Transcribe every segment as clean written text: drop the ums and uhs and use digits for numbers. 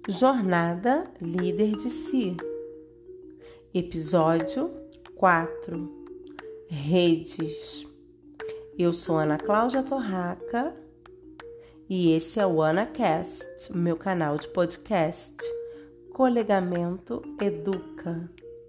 Jornada Líder de Si. Episódio 4. Redes. Eu sou Ana Cláudia Torraca e esse é o AnaCast, meu canal de podcast. Colegamento Educa.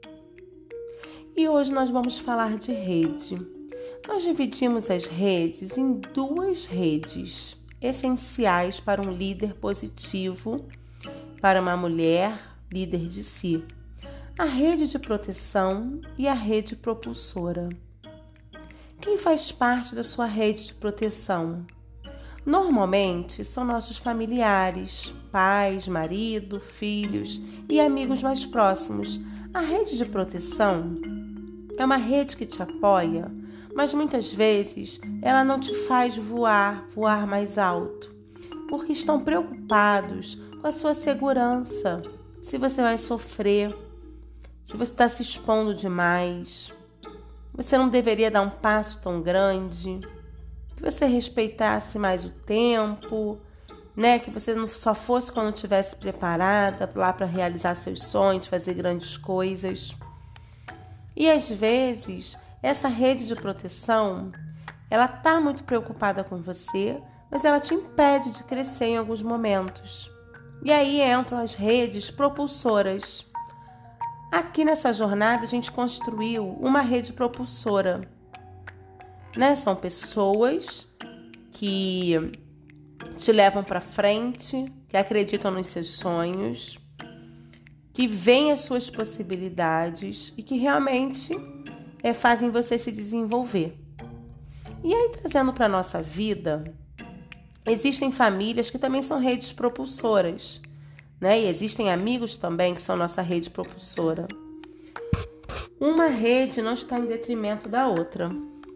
E hoje nós vamos falar de rede. Nós dividimos as redes em duas redes essenciais para um líder positivo, para uma mulher líder de si: a rede de proteção e a rede propulsora. Quem faz parte da sua rede de proteção? Normalmente são nossos familiares, pais, marido, filhos e amigos mais próximos. A rede de proteção é uma rede que te apoia, mas muitas vezes ela não te faz voar mais alto, porque estão preocupados com a sua segurança, se você vai sofrer, se você está se expondo demais. Você não deveria dar um passo tão grande, que você respeitasse mais o tempo, que você não só fosse quando estivesse preparada lá para realizar seus sonhos, fazer grandes coisas. E às vezes, essa rede de proteção, ela está muito preocupada com você, mas ela te impede de crescer em alguns momentos. E aí entram as redes propulsoras. Aqui nessa jornada a gente construiu uma rede propulsora. São pessoas que te levam para frente, que acreditam nos seus sonhos, que veem as suas possibilidades e que realmente fazem você se desenvolver. E aí, trazendo para a nossa vida, existem famílias que também são redes propulsoras, E existem amigos também que são nossa rede propulsora. Uma rede não está em detrimento da outra.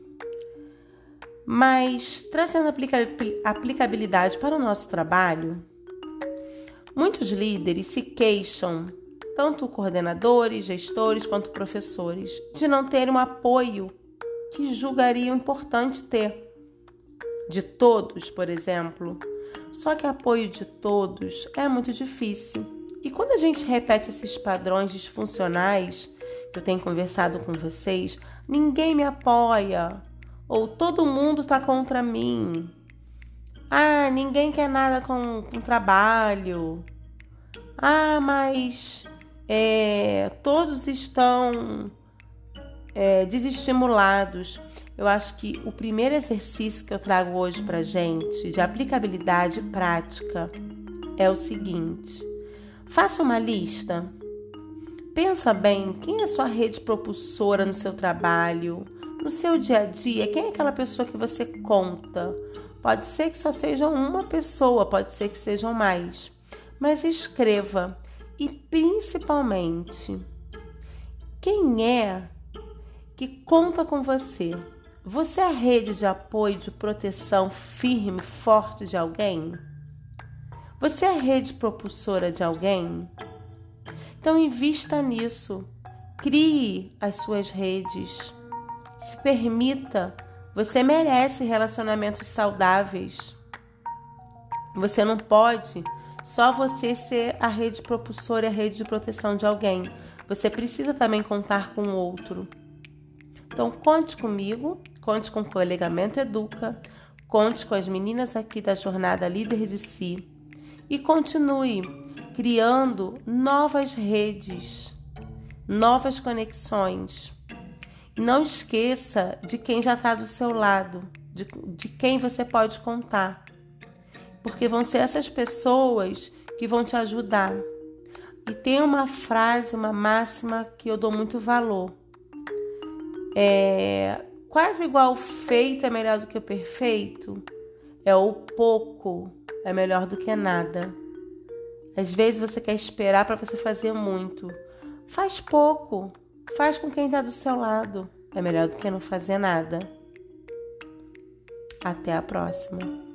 Mas, trazendo aplicabilidade para o nosso trabalho, muitos líderes se queixam, tanto coordenadores, gestores quanto professores, de não terem um apoio que julgariam importante ter. De todos, por exemplo. Só que apoio de todos é muito difícil. E quando a gente repete esses padrões disfuncionais, que eu tenho conversado com vocês, ninguém me apoia, ou todo mundo está contra mim, ninguém quer nada com trabalho, mas todos estão desestimulados. Eu acho que o primeiro exercício que eu trago hoje pra gente, de aplicabilidade prática, é o seguinte: faça uma lista. Pensa bem, quem é a sua rede propulsora no seu trabalho, no seu dia a dia? Quem é aquela pessoa que você conta? Pode ser que só seja uma pessoa, pode ser que sejam mais. Mas escreva. E principalmente, quem é que conta com você? Você é a rede de apoio, de proteção firme, forte de alguém? Você é a rede propulsora de alguém? Então invista nisso. Crie as suas redes. Se permita. Você merece relacionamentos saudáveis. Você não pode só você ser a rede propulsora e a rede de proteção de alguém. Você precisa também contar com o outro. Então, conte comigo, conte com o Colegamento Educa, conte com as meninas aqui da Jornada Líder de Si e continue criando novas redes, novas conexões. E não esqueça de quem já está do seu lado, de quem você pode contar, porque vão ser essas pessoas que vão te ajudar. E tem uma frase, uma máxima que eu dou muito valor. Quase igual feito é melhor do que o perfeito. O pouco é melhor do que nada. Às vezes você quer esperar para você fazer muito. Faz pouco. Faz com quem está do seu lado. É melhor do que não fazer nada. Até a próxima.